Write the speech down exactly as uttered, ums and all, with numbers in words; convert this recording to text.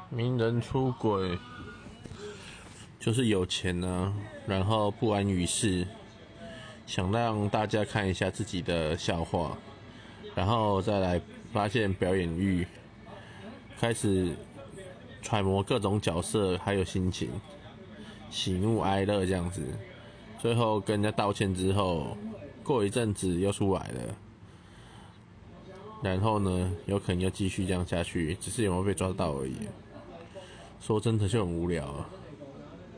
名人出轨就是有钱呢、啊，然后不安于世，想让大家看一下自己的笑话，然后再来发现表演欲，开始揣摩各种角色还有心情，喜怒哀乐这样子，最后跟人家道歉之后，过一阵子又出来了，然后呢，有可能又继续这样下去，只是有没有被抓到而已。说真的就很无聊啊。